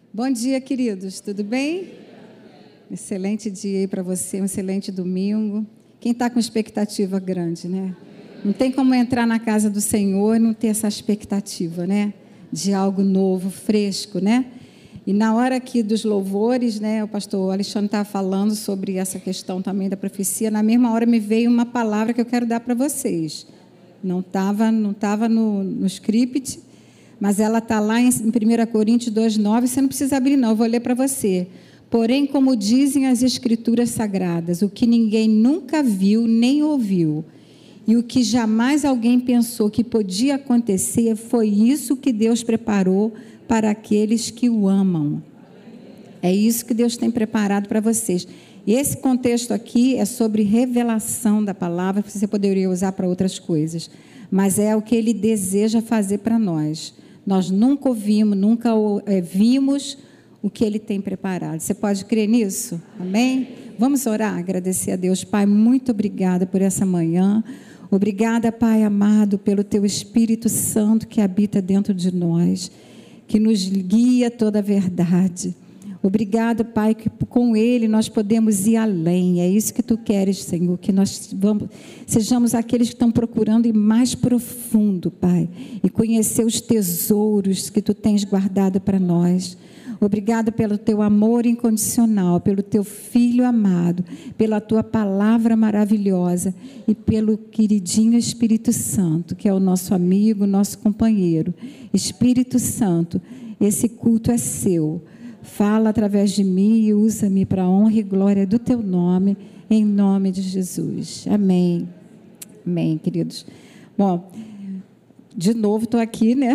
Bom dia, queridos, tudo bem? Excelente dia aí para você, um excelente domingo. Quem está com expectativa grande, né? Não tem como entrar na casa do Senhor e não ter essa expectativa, né? De algo novo, fresco, né? E na hora aqui dos louvores, né? O pastor Alexandre estava falando sobre essa questão também da profecia. Na mesma hora me veio uma palavra que eu quero dar para vocês. Não estava no script, mas ela está lá em 1 Coríntios 2,9, você não precisa abrir não, eu vou ler para você. Porém, como dizem as Escrituras Sagradas, o que ninguém nunca viu nem ouviu, e o que jamais alguém pensou que podia acontecer, foi isso que Deus preparou para aqueles que o amam. É isso que Deus tem preparado para vocês. E esse contexto aqui é sobre revelação da palavra, que você poderia usar para outras coisas, mas é o que Ele deseja fazer para nós. Nós nunca ouvimos, nunca vimos o que Ele tem preparado. Você pode crer nisso? Amém? Vamos orar, agradecer a Deus. Pai, muito obrigada por essa manhã. Obrigada, Pai amado, pelo Teu Espírito Santo que habita dentro de nós, que nos guia toda a verdade. Obrigado, Pai, que com Ele nós podemos ir além. É isso que Tu queres, Senhor, que nós sejamos aqueles que estão procurando ir mais profundo, Pai, e conhecer os tesouros que Tu tens guardado para nós. Obrigado pelo Teu amor incondicional, pelo Teu Filho amado, pela Tua palavra maravilhosa e pelo queridinho Espírito Santo, que é o nosso amigo, nosso companheiro. Espírito Santo, esse culto é Seu. Fala através de mim e usa-me para a honra e glória do Teu nome, em nome de Jesus. Amém. Amém, queridos. Bom, de novo estou aqui, né?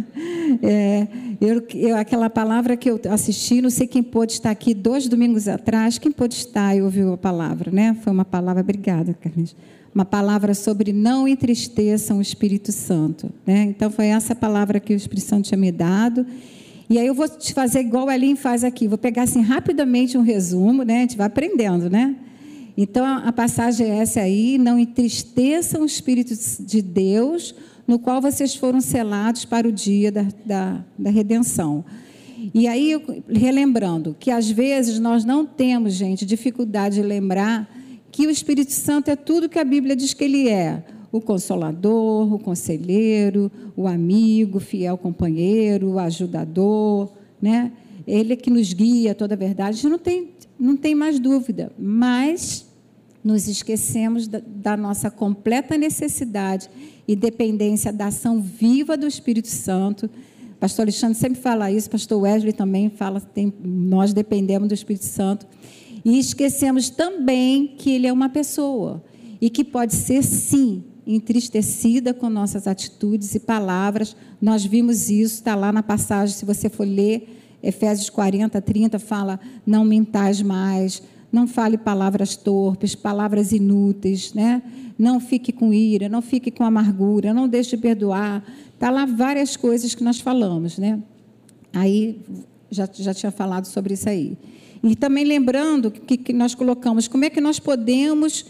Aquela palavra que eu assisti, não sei quem pôde estar aqui 2 domingos atrás, quem pôde estar e ouviu a palavra, né? Foi uma palavra, obrigada, Carlinhos, uma palavra sobre não entristeçam o Espírito Santo, né? Então, foi essa palavra que o Espírito Santo tinha me dado. E aí eu vou te fazer igual a Aline faz aqui, vou pegar assim rapidamente um resumo, né? A gente vai aprendendo, né? Então, a passagem é essa aí: não entristeçam o Espírito de Deus, no qual vocês foram selados para o dia da redenção. E aí, relembrando, que às vezes nós não temos, gente, dificuldade de lembrar que o Espírito Santo é tudo que a Bíblia diz que Ele é: o Consolador, o Conselheiro, o amigo, o fiel companheiro, o ajudador, né? Ele é que nos guia toda a verdade. A gente não tem mais dúvida, mas nos esquecemos da nossa completa necessidade e dependência da ação viva do Espírito Santo. Pastor Alexandre sempre fala isso, pastor Wesley também fala, nós dependemos do Espírito Santo. E esquecemos também que ele é uma pessoa e que pode ser, sim, entristecida com nossas atitudes e palavras. Nós vimos isso, está lá na passagem, se você for ler, Efésios 40, 30, fala: não mentais mais, não fale palavras torpes, palavras inúteis, né? Não fique com ira, não fique com amargura, não deixe de perdoar. Está lá várias coisas que nós falamos, né? Aí, já tinha falado sobre isso aí. E também lembrando que nós colocamos, como é que nós podemos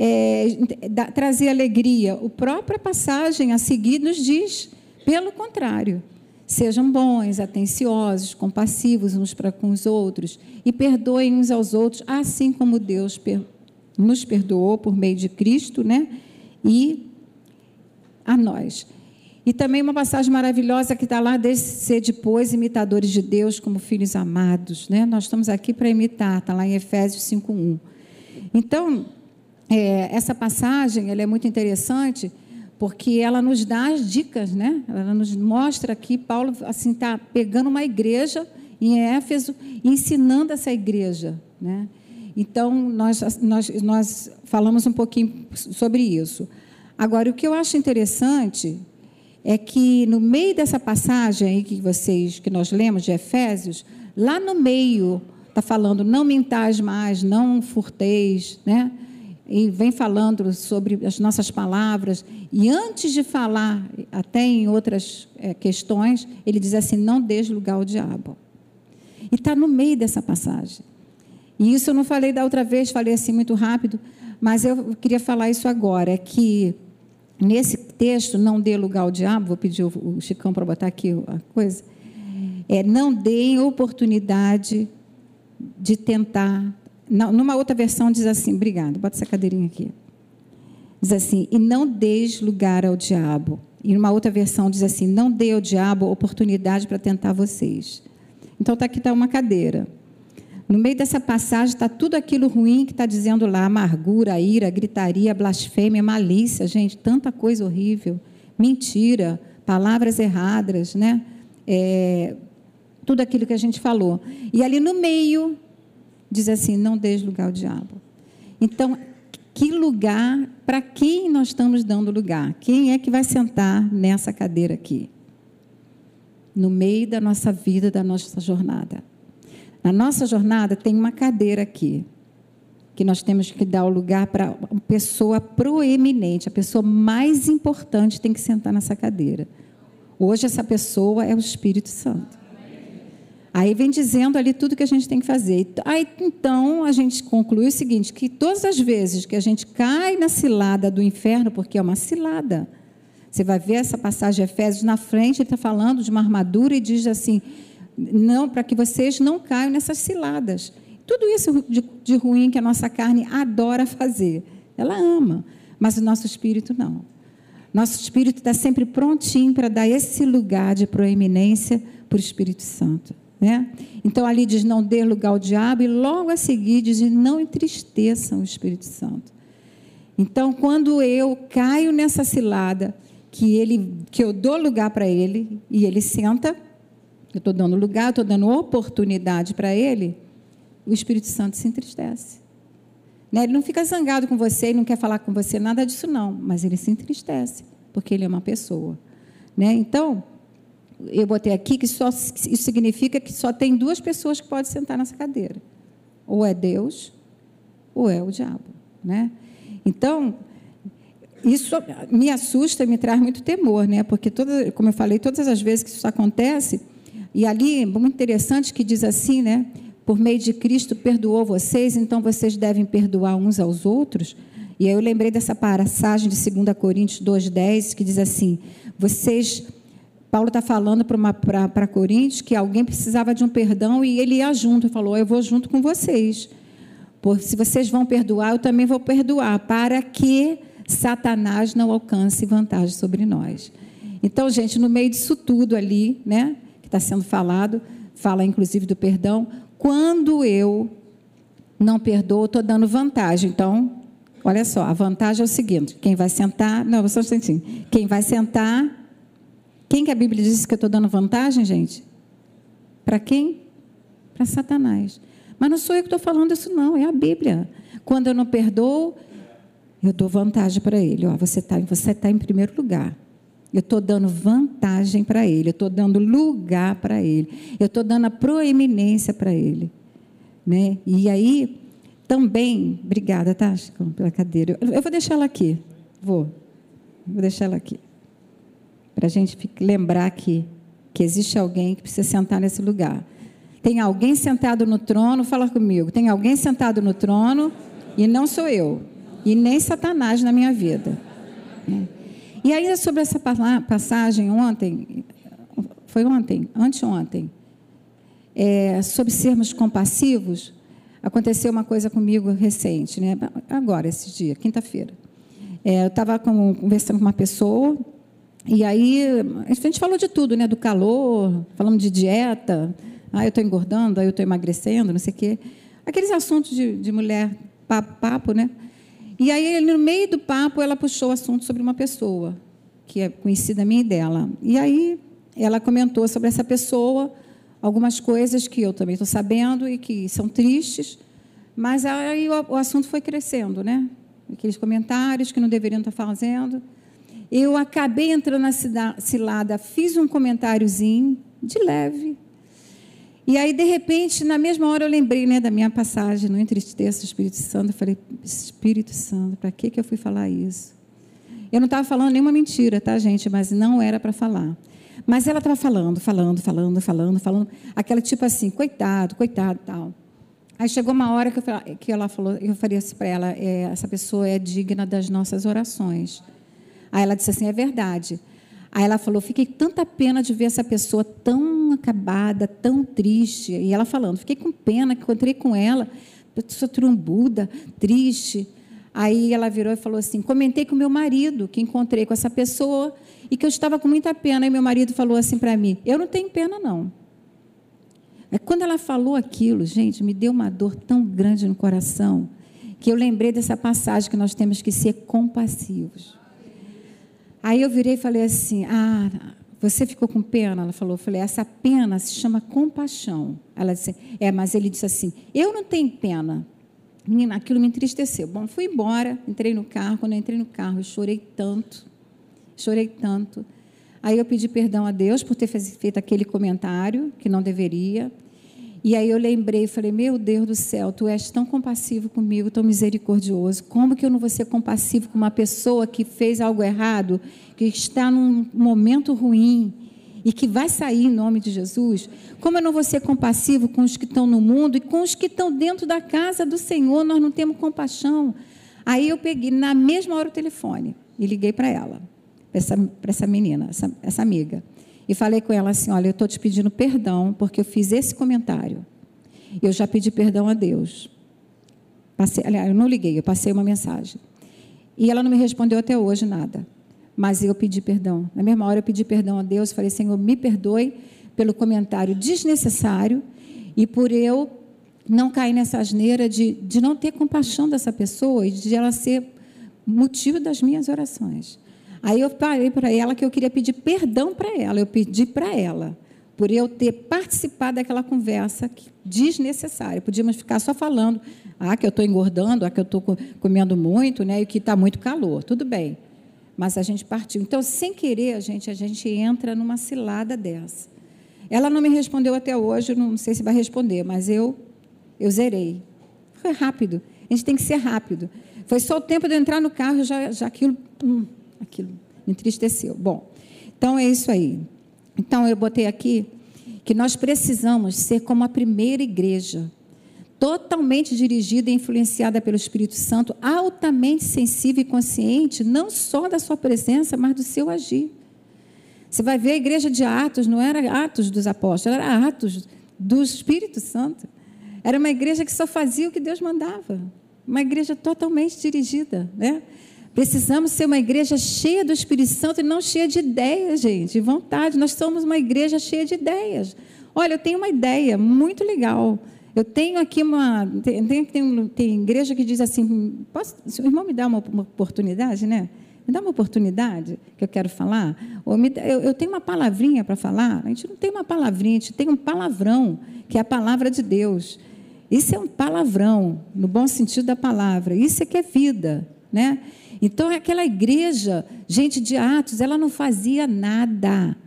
trazer alegria? A própria passagem a seguir nos diz, pelo contrário, sejam bons, atenciosos, compassivos uns para com os outros e perdoem uns aos outros, assim como Deus nos perdoou por meio de Cristo, né? E a nós. E também uma passagem maravilhosa que está lá: desde ser depois imitadores de Deus como filhos amados, né? Nós estamos aqui para imitar, está lá em Efésios 5:1. Então, essa passagem ela é muito interessante, porque ela nos dá as dicas, né? Ela nos mostra aqui, Paulo assim está pegando uma igreja em Éfeso e ensinando essa igreja, né? Então, nós falamos um pouquinho sobre isso. Agora, o que eu acho interessante é que no meio dessa passagem aí que nós lemos de Efésios, lá no meio está falando: não mentais mais, não furteis, né? E vem falando sobre as nossas palavras, e antes de falar, até em outras questões, ele diz assim: não deixe lugar ao diabo. E está no meio dessa passagem. E isso eu não falei da outra vez, falei assim muito rápido, mas eu queria falar isso agora, é que nesse texto, não dê lugar ao diabo, vou pedir o Chicão para botar aqui a coisa, Não deem oportunidade de tentar. Numa outra versão diz assim, obrigada, bota essa cadeirinha aqui. Diz assim, e não deis lugar ao diabo. E numa outra versão diz assim, não dê ao diabo oportunidade para tentar vocês. Então, aqui está uma cadeira. No meio dessa passagem está tudo aquilo ruim que está dizendo lá, amargura, ira, gritaria, blasfêmia, malícia, gente, tanta coisa horrível, mentira, palavras erradas, né? Tudo aquilo que a gente falou. E ali no meio, diz assim, não deis lugar ao diabo. Então, que lugar, para quem nós estamos dando lugar? Quem é que vai sentar nessa cadeira aqui? No meio da nossa vida, da nossa jornada. Na nossa jornada tem uma cadeira aqui, que nós temos que dar o lugar para uma pessoa proeminente, a pessoa mais importante tem que sentar nessa cadeira. Hoje essa pessoa é o Espírito Santo. Aí vem dizendo ali tudo que a gente tem que fazer. Aí, então, a gente conclui o seguinte, que todas as vezes que a gente cai na cilada do inferno, porque é uma cilada, você vai ver essa passagem de Efésios na frente, ele está falando de uma armadura e diz assim, não, para que vocês não caiam nessas ciladas. Tudo isso de ruim que a nossa carne adora fazer, ela ama, mas o nosso espírito não. Nosso espírito está sempre prontinho para dar esse lugar de proeminência para o Espírito Santo. Né? Então ali diz não dê lugar ao diabo e logo a seguir diz não entristeçam o Espírito Santo. Então quando eu caio nessa cilada que eu dou lugar para ele e ele senta, eu estou dando lugar, estou dando oportunidade para ele, o Espírito Santo se entristece, né? Ele não fica zangado com você, ele não quer falar com você, nada disso não, mas ele se entristece porque ele é uma pessoa, né? Então eu botei aqui que isso significa que só tem duas pessoas que podem sentar nessa cadeira. Ou é Deus, ou é o diabo, né? Então, isso me assusta e me traz muito temor, né? Porque, como eu falei, todas as vezes que isso acontece, e ali, muito interessante que diz assim, né? Por meio de Cristo perdoou vocês, então vocês devem perdoar uns aos outros. E aí eu lembrei dessa passagem de 2 Coríntios 2,10, que diz assim, Paulo está falando para Coríntios que alguém precisava de um perdão e ele ia junto, falou, eu vou junto com vocês, se vocês vão perdoar, eu também vou perdoar, para que Satanás não alcance vantagem sobre nós. Então, gente, no meio disso tudo ali, né, que está sendo falado, fala inclusive do perdão, quando eu não perdoo, estou dando vantagem. Então, olha só, a vantagem é o seguinte, quem vai sentar, quem vai sentar, quem que a Bíblia diz que eu estou dando vantagem, gente? Para quem? Para Satanás. Mas não sou eu que estou falando isso não, é a Bíblia. Quando eu não perdoo, eu dou vantagem para ele. Ó, você tá em primeiro lugar. Eu estou dando vantagem para ele, eu estou dando lugar para ele, eu estou dando a proeminência para ele. Né? E aí, também, obrigada, tá, Chico, pela cadeira. Eu vou deixar ela aqui, vou deixar ela aqui. Para a gente lembrar que existe alguém que precisa sentar nesse lugar. Tem alguém sentado no trono, fala comigo, tem alguém sentado no trono e não sou eu, e nem Satanás na minha vida. E ainda sobre essa passagem anteontem, sobre sermos compassivos, aconteceu uma coisa comigo recente, né? Agora, esse dia, quinta-feira. Eu estava conversando com uma pessoa, e aí a gente falou de tudo, né? Do calor, falamos de dieta, eu estou engordando, eu estou emagrecendo, não sei o quê. Aqueles assuntos de mulher, papo, né? E aí, no meio do papo, ela puxou o assunto sobre uma pessoa, que é conhecida minha e dela. E aí, ela comentou sobre essa pessoa, algumas coisas que eu também estou sabendo e que são tristes, mas aí o assunto foi crescendo, né? Aqueles comentários que não deveriam estar fazendo. Eu acabei entrando na cilada, fiz um comentáriozinho de leve. E aí, de repente, na mesma hora eu lembrei, né, da minha passagem, não entristeça o Espírito Santo. Eu falei, Espírito Santo, para que eu fui falar isso? Eu não estava falando nenhuma mentira, tá, gente? Mas não era para falar. Mas ela estava falando. Aquela tipo assim, coitado, tal. Aí chegou uma hora que ela falou, eu falei assim para ela, essa pessoa é digna das nossas orações. Aí ela disse assim, é verdade. Aí ela falou, fiquei tanta pena de ver essa pessoa tão tão acabada, tão triste. E ela falando, fiquei com pena, que encontrei com ela, pessoa trombuda, triste. Aí ela virou e falou assim, comentei com o meu marido, que encontrei com essa pessoa e que eu estava com muita pena. Aí meu marido falou assim para mim, eu não tenho pena, não. Quando ela falou aquilo, gente, me deu uma dor tão grande no coração, que eu lembrei dessa passagem que nós temos que ser compassivos. Aí eu virei e falei assim, você ficou com pena? Ela falou, eu falei, essa pena se chama compaixão. Ela disse, mas ele disse assim, eu não tenho pena. Menina, aquilo me entristeceu. Bom, fui embora, entrei no carro, quando eu entrei no carro, eu chorei tanto. Aí eu pedi perdão a Deus por ter feito aquele comentário, que não deveria. E aí eu lembrei e falei, meu Deus do céu, tu és tão compassivo comigo, tão misericordioso. Como que eu não vou ser compassivo com uma pessoa que fez algo errado, que está num momento ruim e que vai sair em nome de Jesus? Como eu não vou ser compassivo com os que estão no mundo e com os que estão dentro da casa do Senhor? Nós não temos compaixão. Aí eu peguei, na mesma hora, o telefone e liguei para ela, para essa menina, essa amiga. E falei com ela assim, olha, eu estou te pedindo perdão, porque eu fiz esse comentário. Eu já pedi perdão a Deus. Aliás, eu não liguei, eu passei uma mensagem. E ela não me respondeu até hoje nada. Mas eu pedi perdão. Na mesma hora eu pedi perdão a Deus, falei, Senhor, me perdoe pelo comentário desnecessário e por eu não cair nessa asneira de não ter compaixão dessa pessoa e de ela ser motivo das minhas orações. Aí eu falei para ela que eu queria pedir perdão para ela. Eu pedi para ela, por eu ter participado daquela conversa desnecessária. Podíamos ficar só falando, que eu estou engordando, que eu estou comendo muito, né, e que está muito calor. Tudo bem. Mas a gente partiu. Então, sem querer, a gente entra numa cilada dessa. Ela não me respondeu até hoje, não sei se vai responder, mas eu zerei. Foi rápido. A gente tem que ser rápido. Foi só o tempo de eu entrar no carro, já aquilo me entristeceu. Bom, então é isso aí. Então eu botei aqui que nós precisamos ser como a primeira igreja, totalmente dirigida e influenciada pelo Espírito Santo, altamente sensível e consciente, não só da sua presença, mas do seu agir. Você vai ver a igreja de Atos, não era Atos dos apóstolos, era Atos do Espírito Santo. Era uma igreja que só fazia o que Deus mandava. Uma igreja totalmente dirigida, né? Precisamos ser uma igreja cheia do Espírito Santo e não cheia de ideias, gente, de vontade. Nós somos uma igreja cheia de ideias. Olha, eu tenho uma ideia muito legal. Eu tenho aqui tem igreja que diz assim, se o irmão me dá uma oportunidade, né? Me dá uma oportunidade que eu quero falar. Eu tenho uma palavrinha para falar. A gente não tem uma palavrinha, a gente tem um palavrão, que é a palavra de Deus. Isso é um palavrão, no bom sentido da palavra. Isso é que é vida, né? Então, aquela igreja, gente de Atos, ela não fazia nada.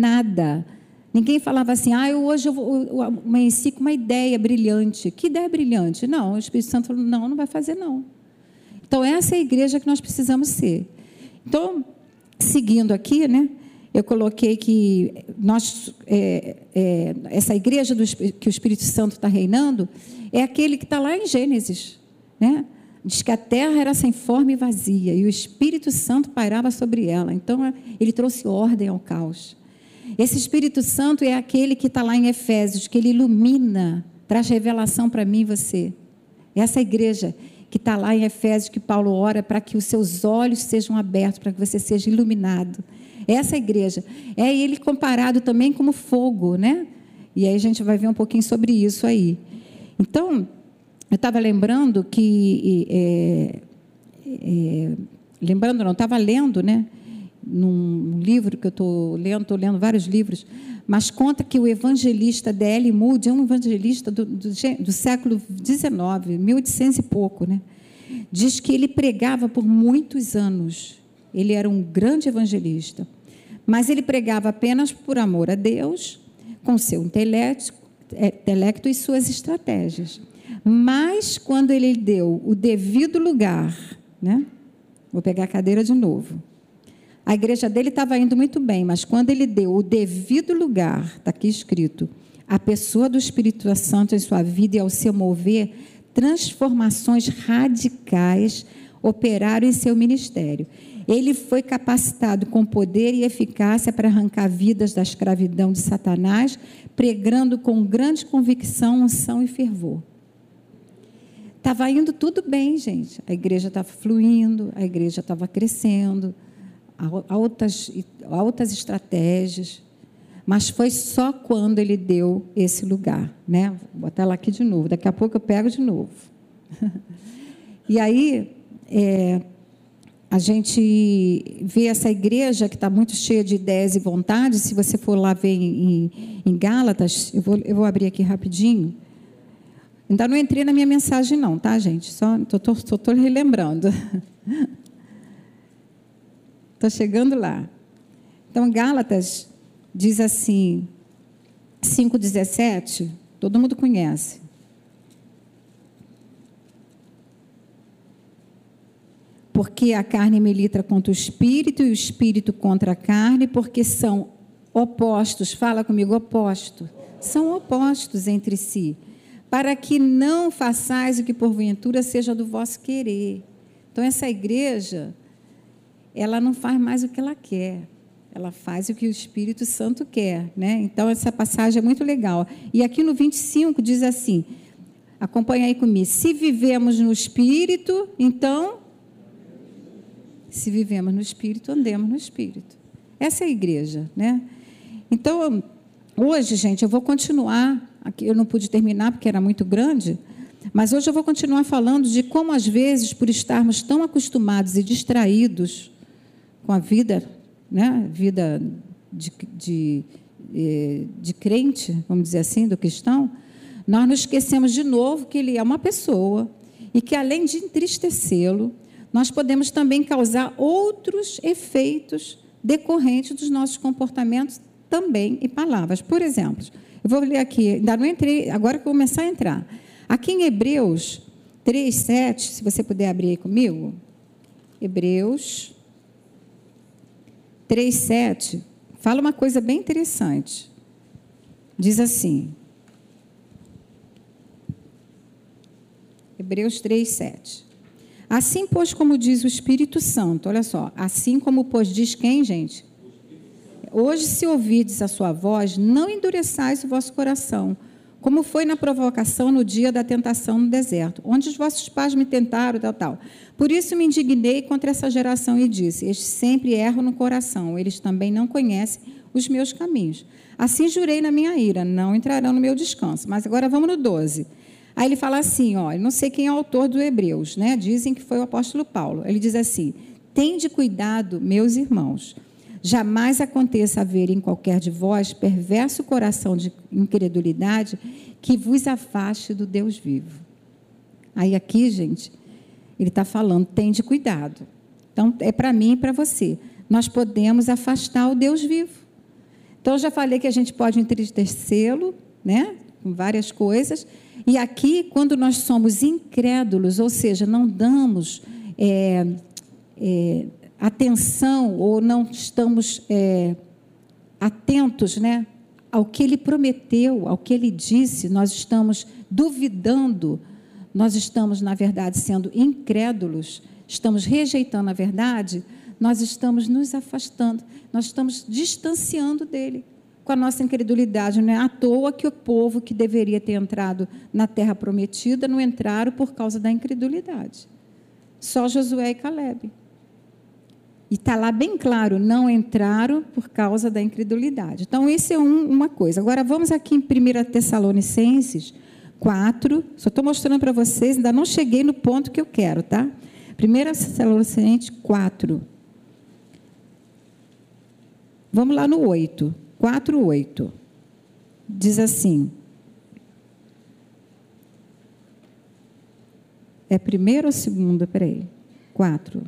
Ninguém falava assim, hoje eu amanheci com uma ideia brilhante. Que ideia brilhante? Não, o Espírito Santo falou, não vai fazer não. Então, essa é a igreja que nós precisamos ser. Então, seguindo aqui, né, eu coloquei que essa igreja que o Espírito Santo está reinando é aquele que está lá em Gênesis, né? Diz que a terra era sem forma e vazia, e o Espírito Santo pairava sobre ela. Então, ele trouxe ordem ao caos. Esse Espírito Santo é aquele que está lá em Efésios, que ele ilumina, traz revelação para mim e você. Essa igreja que está lá em Efésios, que Paulo ora para que os seus olhos sejam abertos, para que você seja iluminado. Essa igreja. É ele comparado também como fogo, né? E aí a gente vai ver um pouquinho sobre isso aí. Então, eu estava lembrando que... estava lendo, né? Num livro que eu estou lendo vários livros, mas conta que o evangelista D.L. Moody é um evangelista do século XIX, 1800 e pouco, né? Diz que ele pregava por muitos anos. Ele era um grande evangelista, mas ele pregava apenas por amor a Deus, com seu intelecto e suas estratégias. Mas, quando ele deu o devido lugar, né? Vou pegar a cadeira de novo. A igreja dele estava indo muito bem, mas quando ele deu o devido lugar, está aqui escrito, a pessoa do Espírito Santo em sua vida e ao seu mover, transformações radicais operaram em seu ministério. Ele foi capacitado com poder e eficácia para arrancar vidas da escravidão de Satanás, pregando com grande convicção, unção e fervor. Estava indo tudo bem, gente. A igreja estava fluindo, a igreja estava crescendo, altas estratégias. Mas foi só quando ele deu esse lugar, né? Vou botar ela aqui de novo, daqui a pouco eu pego de novo. E aí, a gente vê essa igreja que está muito cheia de ideias e vontades. Se você for lá ver em Gálatas, eu vou abrir aqui rapidinho. Ainda não entrei na minha mensagem não, tá, gente? Só estou relembrando. Estou chegando lá. Então, Gálatas diz assim, 5,17, todo mundo conhece. Porque a carne milita contra o espírito e o espírito contra a carne, porque são opostos. Fala comigo, oposto. São opostos entre si, para que não façais o que porventura seja do vosso querer. Então, essa igreja, ela não faz mais o que ela quer. Ela faz o que o Espírito Santo quer, né? Então, essa passagem é muito legal. E aqui no 25 diz assim, acompanha aí comigo, se vivemos no Espírito, então, se vivemos no Espírito, andemos no Espírito. Essa é a igreja, né? Então, hoje, gente, eu vou continuar, aqui eu não pude terminar porque era muito grande, mas hoje eu vou continuar falando de como, às vezes, por estarmos tão acostumados e distraídos com a vida, né? Vida de crente, vamos dizer assim, do cristão, nós nos esquecemos de novo que ele é uma pessoa e que, além de entristecê-lo, nós podemos também causar outros efeitos decorrentes dos nossos comportamentos também e palavras. Por exemplo, eu vou ler aqui, ainda não entrei, agora que eu vou começar a entrar. Aqui em Hebreus 3,7, se você puder abrir aí comigo, Hebreus 3,7, fala uma coisa bem interessante. Diz assim, Hebreus 3,7. Assim, pois, como diz o Espírito Santo, olha só, assim como, pois, diz quem, gente? Hoje, se ouvides a sua voz, não endureçais o vosso coração, como foi na provocação no dia da tentação no deserto, onde os vossos pais me tentaram, tal. Por isso me indignei contra essa geração e disse, estes sempre erram no coração, eles também não conhecem os meus caminhos. Assim jurei na minha ira, não entrarão no meu descanso. Mas agora vamos no 12. Aí ele fala assim, ó, eu não sei quem é o autor do Hebreus, né? Dizem que foi o apóstolo Paulo. Ele diz assim, tende cuidado, meus irmãos, jamais aconteça haver em qualquer de vós perverso coração de incredulidade que vos afaste do Deus vivo. Aí aqui, gente, ele está falando, tende cuidado. Então, é para mim e para você. Nós podemos afastar o Deus vivo. Então, eu já falei que a gente pode entristecê-lo, né? Com várias coisas. E aqui, quando nós somos incrédulos, ou seja, não damos atenção ou não estamos atentos, né, ao que ele prometeu, ao que ele disse, nós estamos duvidando, nós estamos, na verdade, sendo incrédulos, estamos rejeitando a verdade, nós estamos nos afastando, nós estamos distanciando dele com a nossa incredulidade. Não é à toa que o povo que deveria ter entrado na terra prometida não entraram por causa da incredulidade. Só Josué e Calebe. E está lá bem claro, não entraram por causa da incredulidade. Então, isso é uma coisa. Agora, vamos aqui em 1 Tessalonicenses 4. Só estou mostrando para vocês, ainda não cheguei no ponto que eu quero, tá? 1 Tessalonicenses 4. Vamos lá no 8. 4:8. Diz assim. É primeiro ou segundo? Peraí. 4.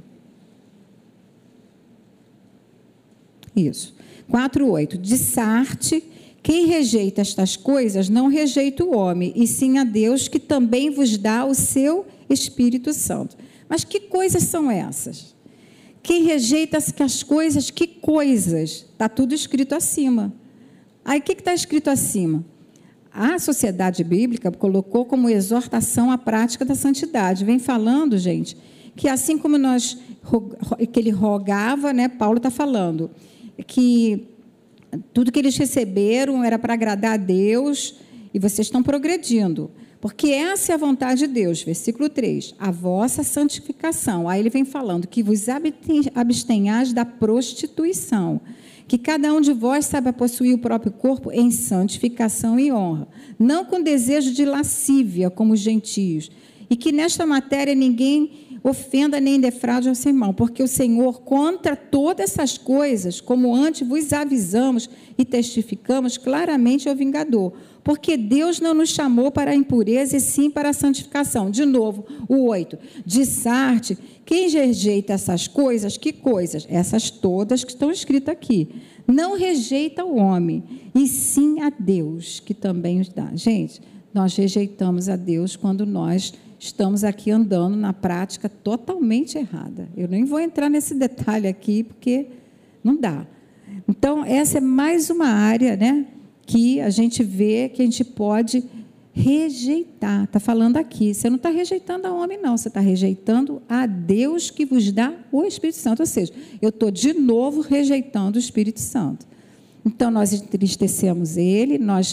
Isso. 4:8. Dissarte, quem rejeita estas coisas, não rejeita o homem, e sim a Deus, que também vos dá o seu Espírito Santo. Mas que coisas são essas? Quem rejeita as coisas, que coisas? Está tudo escrito acima. Aí, o que está escrito acima? A Sociedade Bíblica colocou como exortação a prática da santidade. Vem falando, gente, que assim como que ele rogava, né, Paulo está falando, que tudo que eles receberam era para agradar a Deus, e vocês estão progredindo, porque essa é a vontade de Deus. Versículo 3, a vossa santificação. Aí ele vem falando que vos abstenhais da prostituição, que cada um de vós saiba possuir o próprio corpo em santificação e honra, não com desejo de lascívia, como os gentios, e que nesta matéria ninguém ofenda nem defraude ao seu irmão, porque o Senhor, contra todas essas coisas, como antes vos avisamos e testificamos, claramente é o vingador, porque Deus não nos chamou para a impureza e sim para a santificação. De novo, o 8, dissarte, quem rejeita essas coisas, que coisas? Essas todas que estão escritas aqui. Não rejeita o homem, e sim a Deus, que também os dá. Gente, nós rejeitamos a Deus quando nós estamos aqui andando na prática totalmente errada. Eu nem vou entrar nesse detalhe aqui, porque não dá. Então, essa é mais uma área, né, que a gente vê que a gente pode rejeitar. Está falando aqui, você não está rejeitando a homem, não, você está rejeitando a Deus que vos dá o Espírito Santo. Ou seja, eu estou de novo rejeitando o Espírito Santo. Então, nós entristecemos ele, nós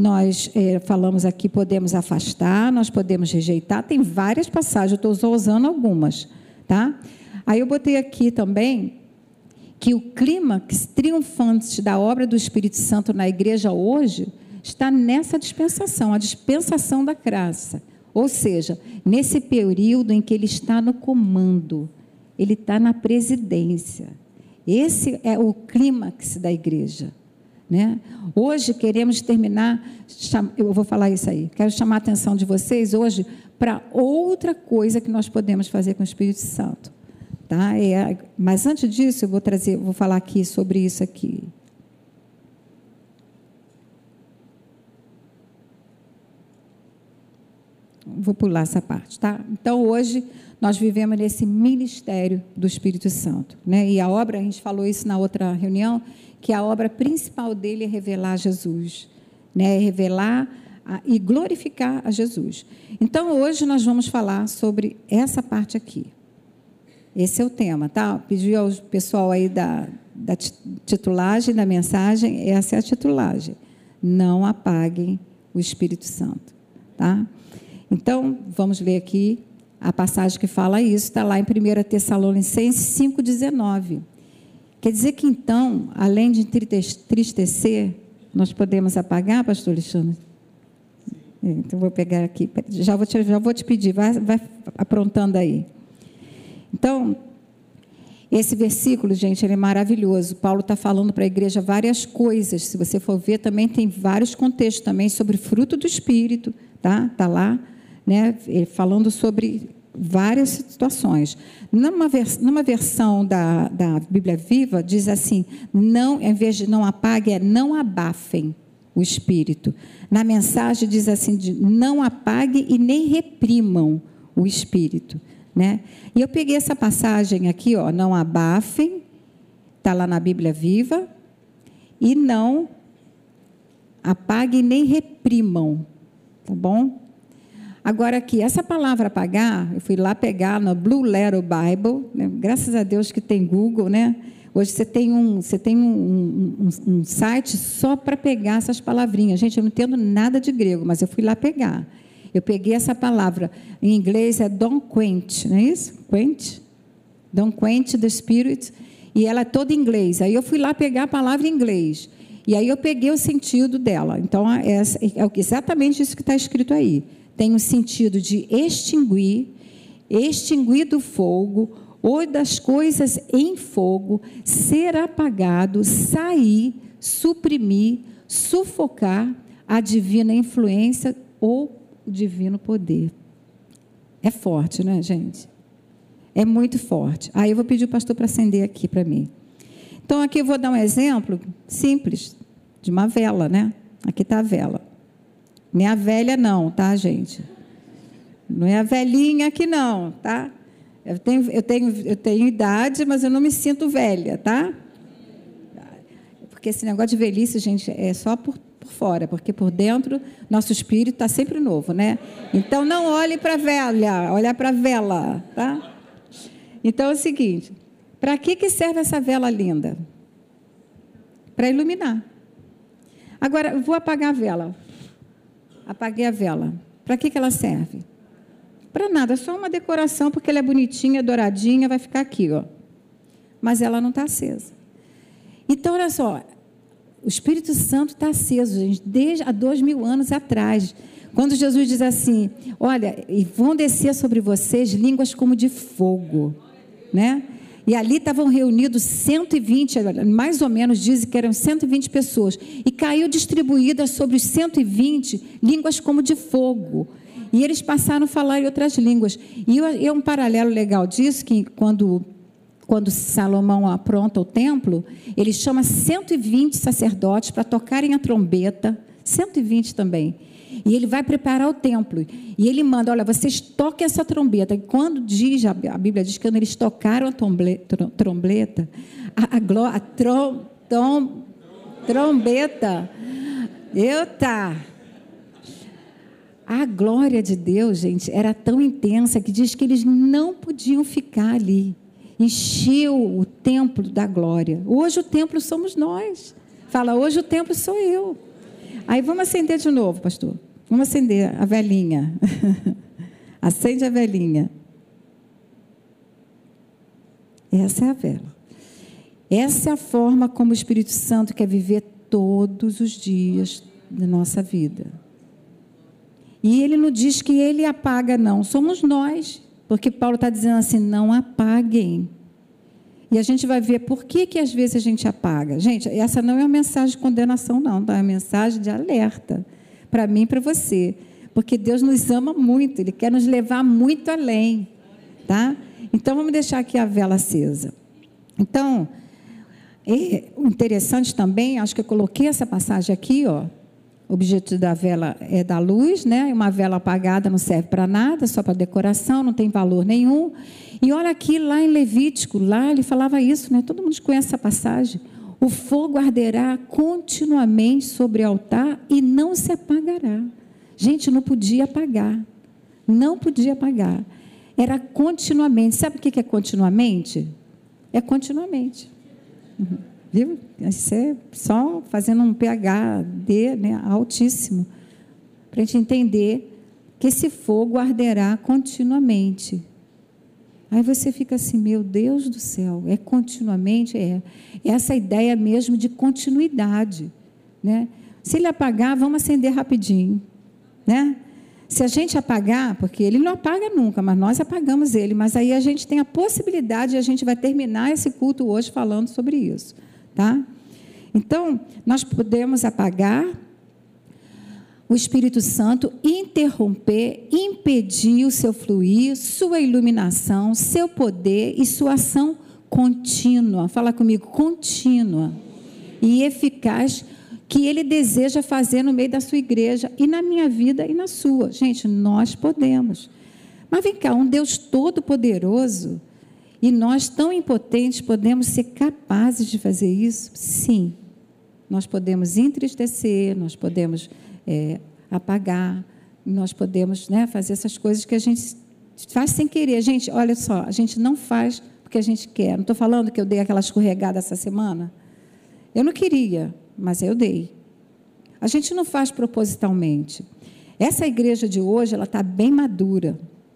falamos aqui, podemos afastar, nós podemos rejeitar, tem várias passagens, eu estou só usando algumas, tá? Aí eu botei aqui também que o clímax triunfante da obra do Espírito Santo na igreja hoje está nessa dispensação, a dispensação da graça, ou seja, nesse período em que ele está no comando, ele está na presidência. Esse é o clímax da igreja, né? Hoje queremos terminar, eu vou falar isso aí, quero chamar a atenção de vocês hoje para outra coisa que nós podemos fazer com o Espírito Santo, tá? Mas antes disso, vou falar aqui sobre isso aqui. Vou pular essa parte, tá? Então, hoje, nós vivemos nesse ministério do Espírito Santo, né? E a obra, a gente falou isso na outra reunião, que a obra principal dele é revelar Jesus, né? É revelar e glorificar a Jesus. Então, hoje, nós vamos falar sobre essa parte aqui. Esse é o tema, tá? Pedi ao pessoal aí da titulagem da mensagem, essa é a titulagem. Não apaguem o Espírito Santo, tá? Então, vamos ler aqui a passagem que fala isso, está lá em 1 Tessalonicenses 5,19. Quer dizer que, então, além de entristecer, nós podemos apagar, pastor Alexandre? Então, vou pegar aqui, já vou te pedir, vai aprontando aí. Então, esse versículo, gente, ele é maravilhoso. Paulo está falando para a igreja várias coisas, se você for ver, também tem vários contextos também sobre fruto do Espírito, tá? Está lá, né, falando sobre várias situações. Numa versão da Bíblia Viva, diz assim, não, em vez de não apague, não abafem o Espírito. Na mensagem diz assim, não apague e nem reprimam o Espírito, né? E eu peguei essa passagem aqui, ó, não abafem, está lá na Bíblia Viva, e não apague e nem reprimam, tá bom? Agora aqui, essa palavra apagar, eu fui lá pegar no Blue Letter Bible, né? Graças a Deus que tem Google, né? Hoje você tem um site só para pegar essas palavrinhas. Gente, eu não entendo nada de grego, mas eu fui lá pegar. Eu peguei essa palavra, em inglês é don't quench, não é isso? Quench? Don't quench the spirit, e ela é toda em inglês. Aí eu fui lá pegar a palavra em inglês, e aí eu peguei o sentido dela. Então, é exatamente isso que está escrito aí. Tem o sentido de extinguir do fogo, ou das coisas em fogo, ser apagado, sair, suprimir, sufocar a divina influência ou o divino poder. É forte, né, gente? É muito forte. Aí eu vou pedir o pastor para acender aqui para mim. Então, aqui eu vou dar um exemplo simples de uma vela, né? Aqui está a vela. Não é a velha não, tá, gente? Não é a velhinha aqui não, tá? Eu tenho idade, mas eu não me sinto velha, tá? Porque esse negócio de velhice, gente, é só por fora, porque por dentro, nosso espírito está sempre novo, né? Então, não olhe para a velha, olha para a vela, tá? Então é o seguinte, para que serve essa vela linda? Para iluminar. Agora, eu vou apagar a vela. Apaguei a vela. Para que ela serve? Para nada, é só uma decoração, porque ela é bonitinha, douradinha, vai ficar aqui, ó. Mas ela não está acesa. Então, olha só, o Espírito Santo está aceso, gente, desde há 2000 anos atrás. Quando Jesus diz assim, olha, e vão descer sobre vocês línguas como de fogo, né? E ali estavam reunidos 120, mais ou menos dizem que eram 120 pessoas. E caiu distribuída sobre os 120 línguas como de fogo. E eles passaram a falar em outras línguas. E é um paralelo legal disso, que quando Salomão apronta o templo, ele chama 120 sacerdotes para tocarem a trombeta, 120 também. E ele vai preparar o templo. E ele manda, olha, vocês toquem essa trombeta. E quando diz, a Bíblia diz que quando eles tocaram a trombeta, trombeta, a glória de Deus, gente, era tão intensa que diz que eles não podiam ficar ali. Encheu o templo da glória. Hoje o templo somos nós. Fala, hoje o templo sou eu. Aí vamos acender de novo, pastor. Vamos acender a velinha. Acende a velinha. Essa é a vela. Essa é a forma como o Espírito Santo quer viver todos os dias da nossa vida. E ele não diz que ele apaga, não. Somos nós. Porque Paulo está dizendo assim, não apaguem. E a gente vai ver por que às vezes a gente apaga. Gente, essa não é uma mensagem de condenação, não. Tá? É uma mensagem de alerta. Para mim e para você. Porque Deus nos ama muito. Ele quer nos levar muito além. Tá? Então, vamos deixar aqui a vela acesa. Então, o interessante também, acho que eu coloquei essa passagem aqui, ó. O objetivo da vela é da luz, né? Uma vela apagada não serve para nada, só para decoração, não tem valor nenhum. E olha aqui, lá em Levítico, lá ele falava isso, né? Todo mundo conhece essa passagem. O fogo arderá continuamente sobre o altar e não se apagará. Gente, não podia apagar. Não podia apagar. Era continuamente. Sabe o que é continuamente? É continuamente. Viu? Isso é só fazendo um PhD, né, altíssimo, para a gente entender que esse fogo arderá continuamente. Aí você fica assim, meu Deus do céu, é continuamente? É essa ideia mesmo de continuidade, né? Se ele apagar, vamos acender rapidinho, né? Se a gente apagar, porque ele não apaga nunca, mas nós apagamos ele, mas aí a gente tem a possibilidade, e a gente vai terminar esse culto hoje falando sobre isso, tá? Então, nós podemos apagar o Espírito Santo, interromper, impedir o seu fluir, sua iluminação, seu poder e sua ação contínua. Fala comigo, contínua e eficaz, que ele deseja fazer no meio da sua igreja e na minha vida e na sua. Gente, nós podemos. Mas vem cá, um Deus todo-poderoso e nós tão impotentes podemos ser capazes de fazer isso? Sim. Nós podemos entristecer, nós podemos apagar, nós podemos, né, fazer essas coisas que a gente faz sem querer. Gente, olha só, a gente não faz porque a gente quer. Não estou falando que eu dei aquela escorregada essa semana? Eu não queria, mas eu dei. A gente não faz propositalmente. Essa igreja de hoje, ela está bem madura.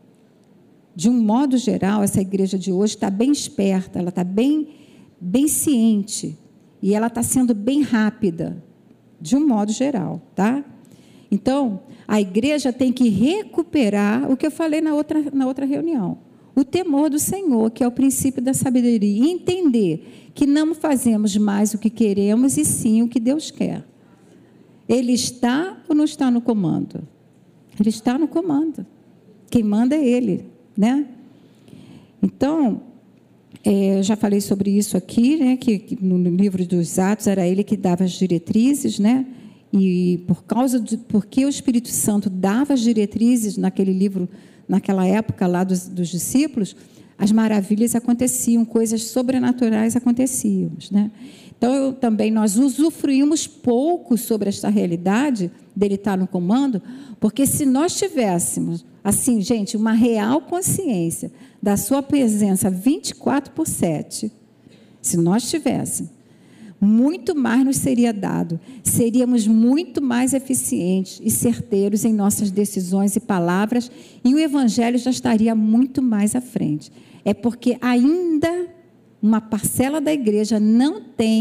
De um modo geral, essa igreja de hoje está bem esperta, ela está bem ciente. E ela está sendo bem rápida, de um modo geral, tá? Então, a igreja tem que recuperar o que eu falei na outra reunião. O temor do Senhor, que é o princípio da sabedoria. E entender que não fazemos mais o que queremos, e sim o que Deus quer. Ele está ou não está no comando? Ele está no comando. Quem manda é Ele, né? Então, eu já falei sobre isso aqui, né, que no livro dos Atos era ele que dava as diretrizes, né? E porque o Espírito Santo dava as diretrizes naquele livro, naquela época lá dos discípulos, as maravilhas aconteciam, coisas sobrenaturais aconteciam, né? Então, também nós usufruímos pouco sobre esta realidade dele estar no comando, porque se nós tivéssemos assim, gente, uma real consciência da sua presença 24/7, se nós tivéssemos, muito mais nos seria dado, seríamos muito mais eficientes e certeiros em nossas decisões e palavras, e o Evangelho já estaria muito mais à frente. É porque ainda uma parcela da igreja não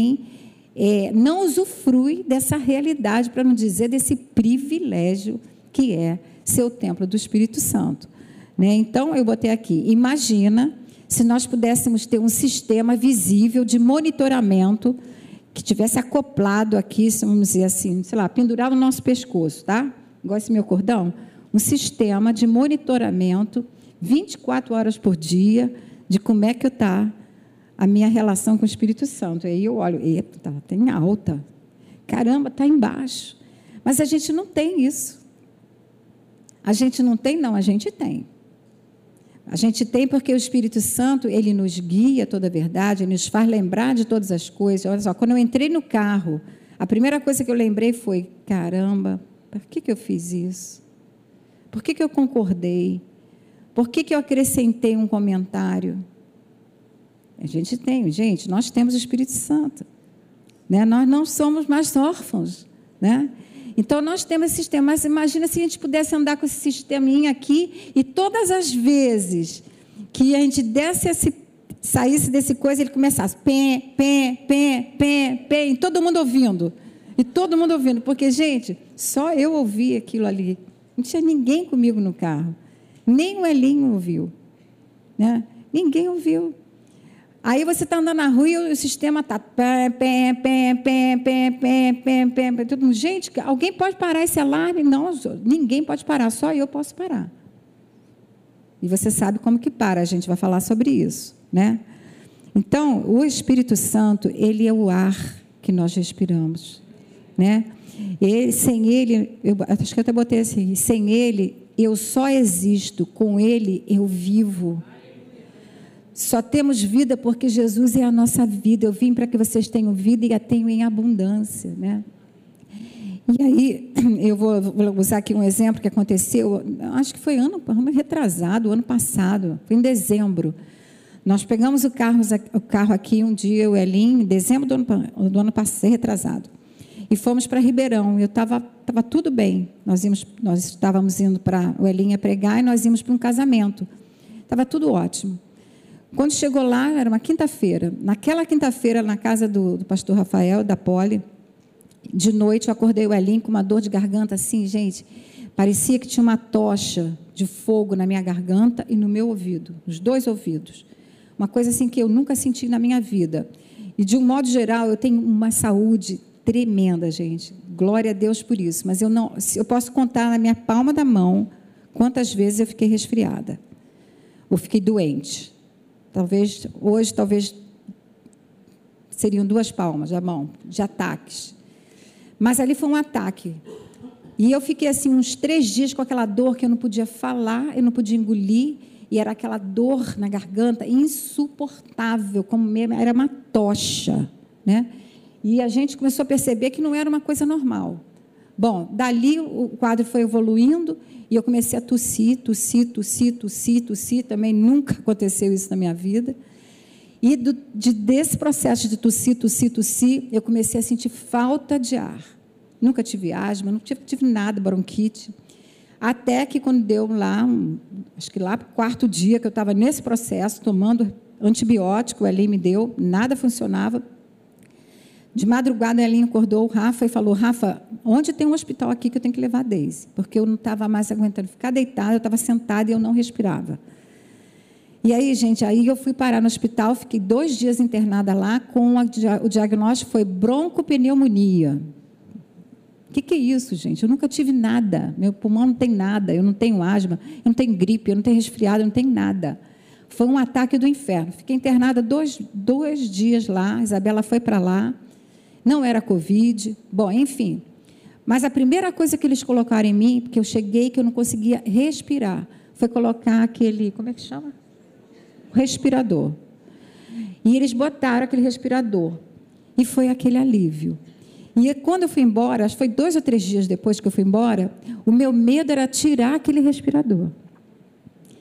usufrui dessa realidade, para não dizer desse privilégio que é ser o templo do Espírito Santo, né? Então, eu botei aqui, imagina se nós pudéssemos ter um sistema visível de monitoramento que tivesse acoplado aqui, vamos dizer assim, sei lá, pendurado no nosso pescoço, tá? Igual esse meu cordão. Um sistema de monitoramento 24 horas por dia de como é que está a minha relação com o Espírito Santo. Aí eu olho, eita, tem alta. Caramba, está embaixo. Mas a gente não tem isso. A gente não tem, não, a gente tem. A gente tem porque o Espírito Santo, ele nos guia toda a verdade, ele nos faz lembrar de todas as coisas. Olha só, quando eu entrei no carro, a primeira coisa que eu lembrei foi, caramba, por que eu fiz isso? Por que eu concordei? Por que eu acrescentei um comentário? A gente tem, gente, nós temos o Espírito Santo, né? Nós não somos mais órfãos, né? Então, nós temos esse sistema, mas imagina se a gente pudesse andar com esse sisteminha aqui e todas as vezes que a gente saísse desse coisa, ele começasse, pé, e todo mundo ouvindo, porque, gente, só eu ouvi aquilo ali, não tinha ninguém comigo no carro, nem o Elinho ouviu, né? Ninguém ouviu. Aí você está andando na rua e o sistema está todo mundo. Gente, alguém pode parar esse alarme? Não, ninguém pode parar, só eu posso parar. E você sabe como que para, a gente vai falar sobre isso, né? Então, o Espírito Santo, ele é o ar que nós respiramos, né? Sem ele, acho que eu até botei assim, sem ele eu só existo, com ele eu vivo. Só temos vida porque Jesus é a nossa vida. Eu vim para que vocês tenham vida e a tenham em abundância, né? E aí, eu vou usar aqui um exemplo que aconteceu, acho que foi ano retrasado, ano passado, foi em dezembro. Nós pegamos o carro aqui um dia, eu e Elinho, em dezembro do ano passado, retrasado, e fomos para Ribeirão. Eu estava tudo bem. Nós estávamos indo para o Elinho a pregar e nós íamos para um casamento. Estava tudo ótimo. Quando chegou lá, era uma quinta-feira. Naquela quinta-feira, na casa do pastor Rafael, da Poli, de noite eu acordei o Elinho com uma dor de garganta assim, gente, parecia que tinha uma tocha de fogo na minha garganta e no meu ouvido, nos dois ouvidos. Uma coisa assim que eu nunca senti na minha vida. E de um modo geral, eu tenho uma saúde tremenda, gente. Glória a Deus por isso. Mas eu posso contar na minha palma da mão quantas vezes eu fiquei resfriada. Ou fiquei doente. Hoje, seriam 2 palmas da mão, de ataques. Mas ali foi um ataque. E eu fiquei assim uns 3 dias com aquela dor que eu não podia falar, eu não podia engolir, e era aquela dor na garganta insuportável, como mesmo, era uma tocha, né? E a gente começou a perceber que não era uma coisa normal. Bom, dali o quadro foi evoluindo e eu comecei a tossir, também nunca aconteceu isso na minha vida. E desse processo de tossir, eu comecei a sentir falta de ar. Nunca tive asma, não tive nada, bronquite. Até que quando deu lá, acho que lá para o 4º dia que eu estava nesse processo, tomando antibiótico, ali me deu, nada funcionava. De madrugada, a Elinho acordou o Rafa e falou, Rafa, onde tem um hospital aqui que eu tenho que levar a Deise? Porque eu não estava mais aguentando ficar deitada, eu estava sentada e eu não respirava. E aí, gente, aí eu fui parar no hospital, fiquei 2 dias internada lá, o diagnóstico foi broncopneumonia. O que é isso, gente? Eu nunca tive nada, meu pulmão não tem nada, eu não tenho asma, eu não tenho gripe, eu não tenho resfriado, eu não tenho nada. Foi um ataque do inferno. Fiquei internada 2 dias lá, a Isabela foi para lá, não era Covid, bom, enfim. Mas a primeira coisa que eles colocaram em mim, porque eu cheguei que eu não conseguia respirar, foi colocar aquele, como é que chama? Respirador. E eles botaram aquele respirador. E foi aquele alívio. E quando eu fui embora, acho que foi 2 ou 3 dias depois que eu fui embora, o meu medo era tirar aquele respirador.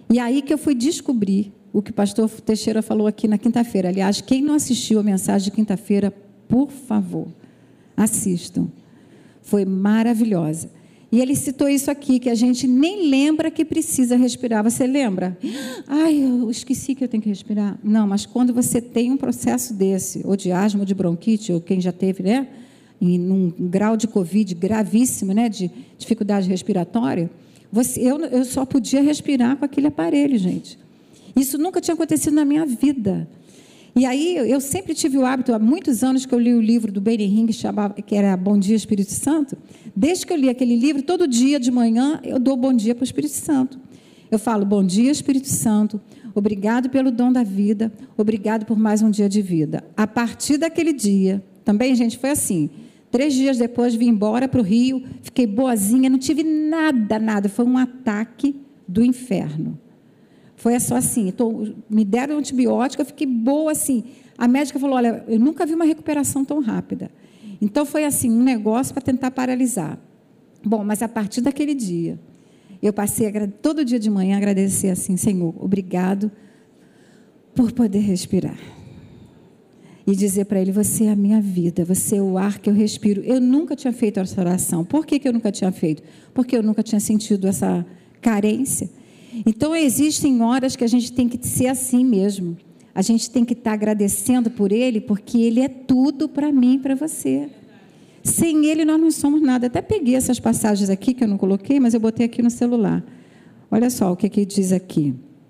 E aí que eu fui descobrir o que o pastor Teixeira falou aqui na quinta-feira. Aliás, quem não assistiu a mensagem de quinta-feira, por favor, assistam. Foi maravilhosa. E ele citou isso aqui, que a gente nem lembra que precisa respirar. Você lembra? Ai, eu esqueci que eu tenho que respirar. Não, mas quando você tem um processo desse, ou de asma, ou de bronquite, ou quem já teve, né? Num grau de Covid gravíssimo, né? De dificuldade respiratória, eu só podia respirar com aquele aparelho, gente. Isso nunca tinha acontecido na minha vida. E aí, eu sempre tive o hábito, há muitos anos que eu li o livro do Benny Hinn, que era Bom Dia Espírito Santo. Desde que eu li aquele livro, todo dia de manhã, eu dou bom dia para o Espírito Santo. Eu falo, bom dia, Espírito Santo, obrigado pelo dom da vida, obrigado por mais um dia de vida. A partir daquele dia, também, gente, foi assim, 3 dias depois, vim embora para o Rio, fiquei boazinha, não tive nada, foi um ataque do inferno. Foi só assim, me deram um antibiótico, eu fiquei boa assim. A médica falou, olha, eu nunca vi uma recuperação tão rápida. Então, foi assim, um negócio para tentar paralisar. Bom, mas a partir daquele dia, eu passei todo dia de manhã a agradecer assim, Senhor, obrigado por poder respirar. E dizer para Ele, você é a minha vida, você é o ar que eu respiro. Eu nunca tinha feito essa oração. Por que eu nunca tinha feito? Porque eu nunca tinha sentido essa carência. Então, existem horas que a gente tem que ser assim mesmo. A gente tem que estar agradecendo por Ele, porque Ele é tudo para mim e para você. Sem Ele, nós não somos nada. Até peguei essas passagens aqui, que eu não coloquei, mas eu botei aqui no celular. Olha só o que diz aqui.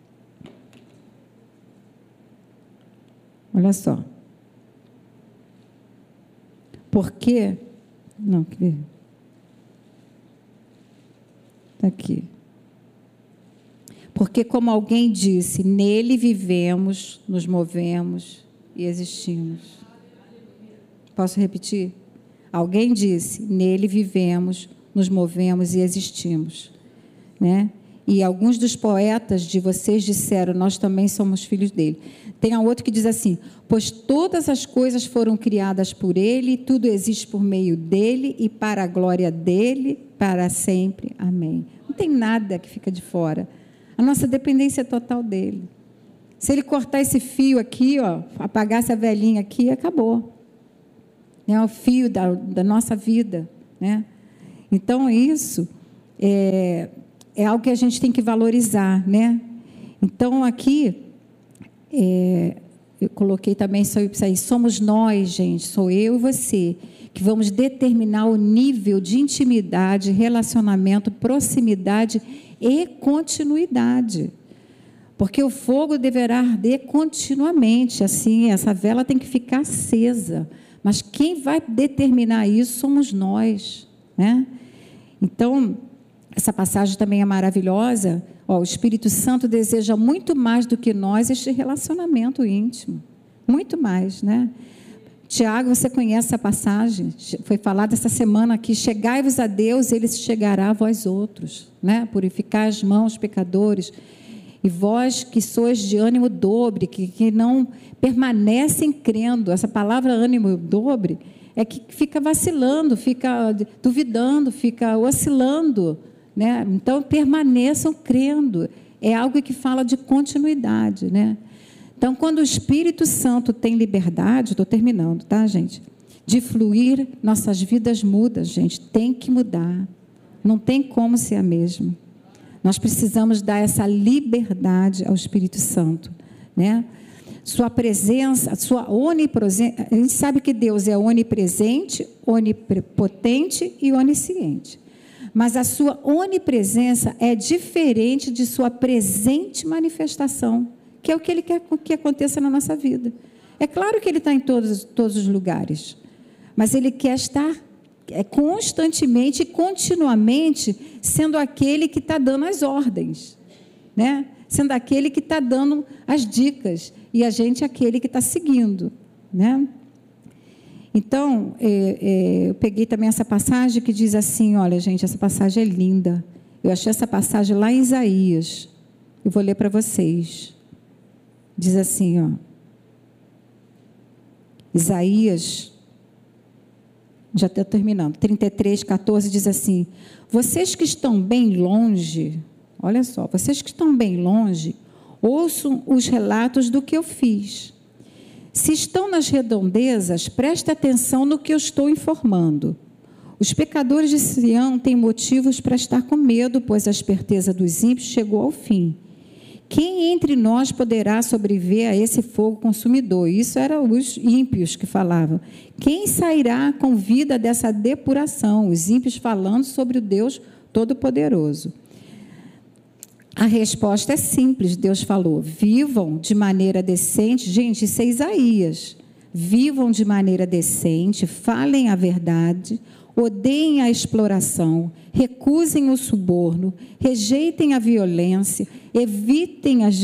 Olha só. Porque... Não, está aqui. Porque, como alguém disse, nele vivemos, nos movemos e existimos. Posso repetir? Alguém disse, nele vivemos, nos movemos e existimos. Né? E alguns dos poetas de vocês disseram, nós também somos filhos dele. Tem outro que diz assim, pois todas as coisas foram criadas por ele, tudo existe por meio dele e para a glória dele, para sempre. Amém. Não tem nada que fica de fora. A nossa dependência é total dele. Se ele cortar esse fio aqui, ó, apagar essa velhinha aqui, acabou. É o fio da nossa vida. Né? Então, isso é algo que a gente tem que valorizar. Né? Então, aqui, eu coloquei também isso aí. Somos nós, gente, sou eu e você, que vamos determinar o nível de intimidade, relacionamento, proximidade e continuidade. Porque o fogo deverá arder continuamente, assim, essa vela tem que ficar acesa. Mas quem vai determinar isso somos nós, né? Então, essa passagem também é maravilhosa. Ó, o Espírito Santo deseja muito mais do que nós este relacionamento íntimo. Muito mais, né? Tiago, você conhece essa passagem? Foi falada essa semana aqui. Chegai-vos a Deus, Ele se chegará a vós outros. Né? Purificai as mãos, pecadores. E vós que sois de ânimo dobre, que não permanecem crendo. Essa palavra ânimo dobre é que fica vacilando, fica duvidando, fica oscilando. Né? Então, permaneçam crendo. É algo que fala de continuidade, né? Então, quando o Espírito Santo tem liberdade, estou terminando, tá, gente? De fluir, nossas vidas mudam, gente. Tem que mudar. Não tem como ser a mesma. Nós precisamos dar essa liberdade ao Espírito Santo, né? Sua presença, sua onipresença. A gente sabe que Deus é onipresente, onipotente e onisciente. Mas a sua onipresença é diferente de sua presente manifestação, que é o que Ele quer que aconteça na nossa vida. É claro que Ele está em todos os lugares, mas Ele quer estar constantemente e continuamente sendo aquele que está dando as ordens, né? Sendo aquele que está dando as dicas, e a gente é aquele que está seguindo, né? Então, eu peguei também essa passagem que diz assim, olha, gente, essa passagem é linda. Eu achei essa passagem lá em Isaías. Eu vou ler para vocês. Diz assim, ó. Isaías, já estou terminando, 33, 14, diz assim, vocês que estão bem longe, olha só, vocês que estão bem longe, ouçam os relatos do que eu fiz. Se estão nas redondezas, preste atenção no que eu estou informando. Os pecadores de Sião têm motivos para estar com medo, pois a esperteza dos ímpios chegou ao fim. Quem entre nós poderá sobreviver a esse fogo consumidor? Isso eram os ímpios que falavam. Quem sairá com vida dessa depuração? Os ímpios falando sobre o Deus Todo-Poderoso. A resposta é simples, Deus falou, vivam de maneira decente. Gente, isso é Isaías. Vivam de maneira decente, falem a verdade, odeiem a exploração, recusem o suborno, rejeitem a violência, evitem as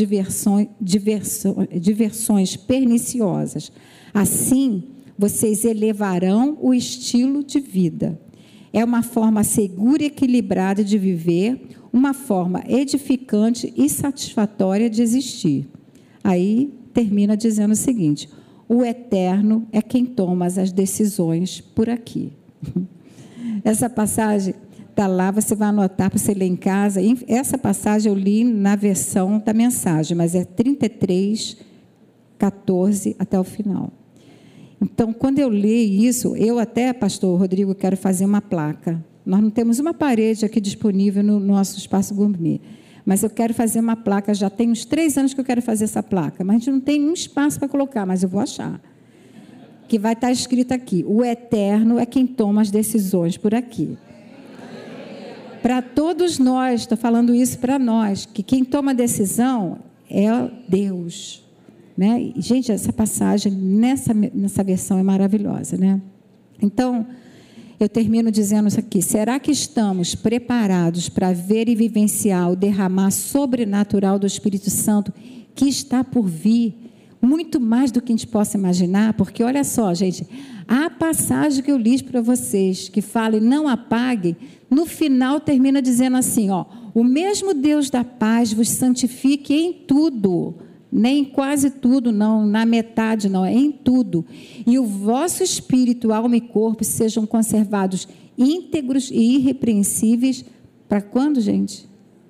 diversões perniciosas. Assim, vocês elevarão o estilo de vida. É uma forma segura e equilibrada de viver, uma forma edificante e satisfatória de existir. Aí termina dizendo o seguinte: o Eterno é quem toma as decisões por aqui. Essa passagem está lá, você vai anotar para você ler em casa. Essa passagem eu li na versão da mensagem, mas é 33, 14 até o final. Então, quando eu li isso, eu até, pastor Rodrigo, quero fazer uma placa. Nós não temos uma parede aqui disponível no nosso espaço gourmet, mas eu quero fazer uma placa, já tem uns 3 anos que eu quero fazer essa placa, mas a gente não tem um espaço para colocar, mas eu vou achar. Que vai estar escrito aqui: o Eterno é quem toma as decisões por aqui. Para todos nós, estou falando isso para nós, que quem toma a decisão é Deus. Né? E, gente, essa passagem nessa versão é maravilhosa, né? Então, eu termino dizendo isso aqui: será que estamos preparados para ver e vivenciar o derramar sobrenatural do Espírito Santo que está por vir? Muito mais do que a gente possa imaginar, porque olha só, gente, a passagem que eu li para vocês, que fala e não apague, no final termina dizendo assim, ó: o mesmo Deus da paz vos santifique em tudo, nem quase tudo, não, na metade não, é em tudo, e o vosso espírito, alma e corpo sejam conservados íntegros e irrepreensíveis, para quando, gente?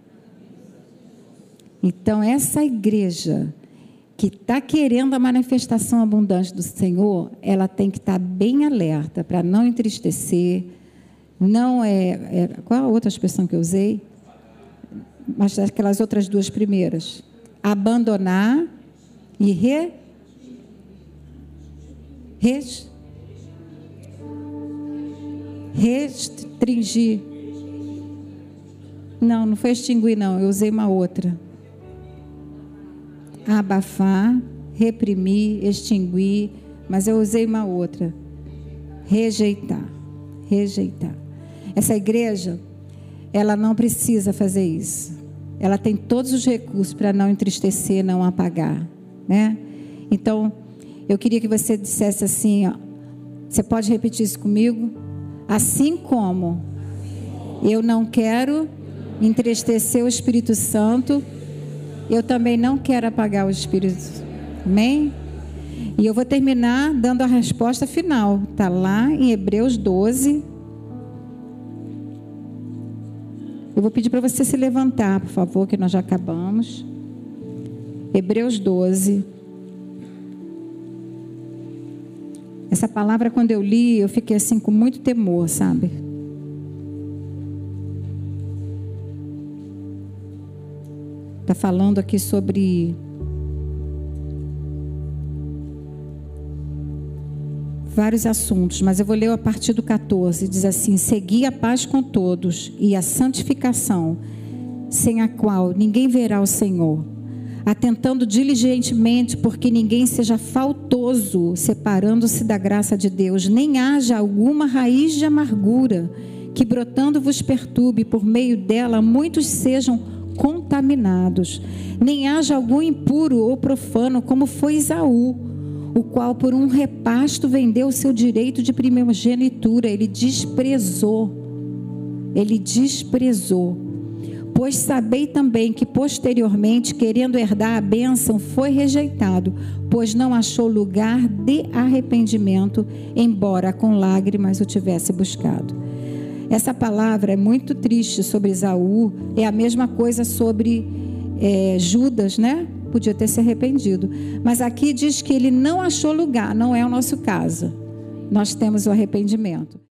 Então, essa igreja que está querendo a manifestação abundante do Senhor, ela tem que estar bem alerta para não entristecer, não qual a outra expressão que eu usei? Mas aquelas outras 2 primeiras. Abandonar e restringir. Não foi extinguir, não, eu usei uma outra. Abafar, reprimir, extinguir, mas eu usei uma outra. Rejeitar. Essa igreja, ela não precisa fazer isso. Ela tem todos os recursos para não entristecer, não apagar, né? Então, eu queria que você dissesse assim, ó, você pode repetir isso comigo? Assim como eu não quero entristecer o Espírito Santo, eu também não quero apagar o Espírito. Amém? E eu vou terminar dando a resposta final. Está lá em Hebreus 12. Eu vou pedir para você se levantar, por favor, que nós já acabamos. Hebreus 12. Essa palavra, quando eu li, eu fiquei assim com muito temor, sabe? Está falando aqui sobre vários assuntos, mas eu vou ler a partir do 14, diz assim: segui a paz com todos e a santificação, sem a qual ninguém verá o Senhor, atentando diligentemente, porque ninguém seja faltoso, separando-se da graça de Deus, nem haja alguma raiz de amargura, que brotando vos perturbe, por meio dela muitos sejam contaminados, nem haja algum impuro ou profano, como foi Esaú, o qual por um repasto vendeu o seu direito de primogenitura. Ele desprezou, pois sabei também que posteriormente, querendo herdar a bênção, foi rejeitado, pois não achou lugar de arrependimento, embora com lágrimas o tivesse buscado. Essa palavra é muito triste sobre Esaú, é a mesma coisa sobre Judas, né? Podia ter se arrependido. Mas aqui diz que ele não achou lugar, não é o nosso caso. Nós temos o arrependimento.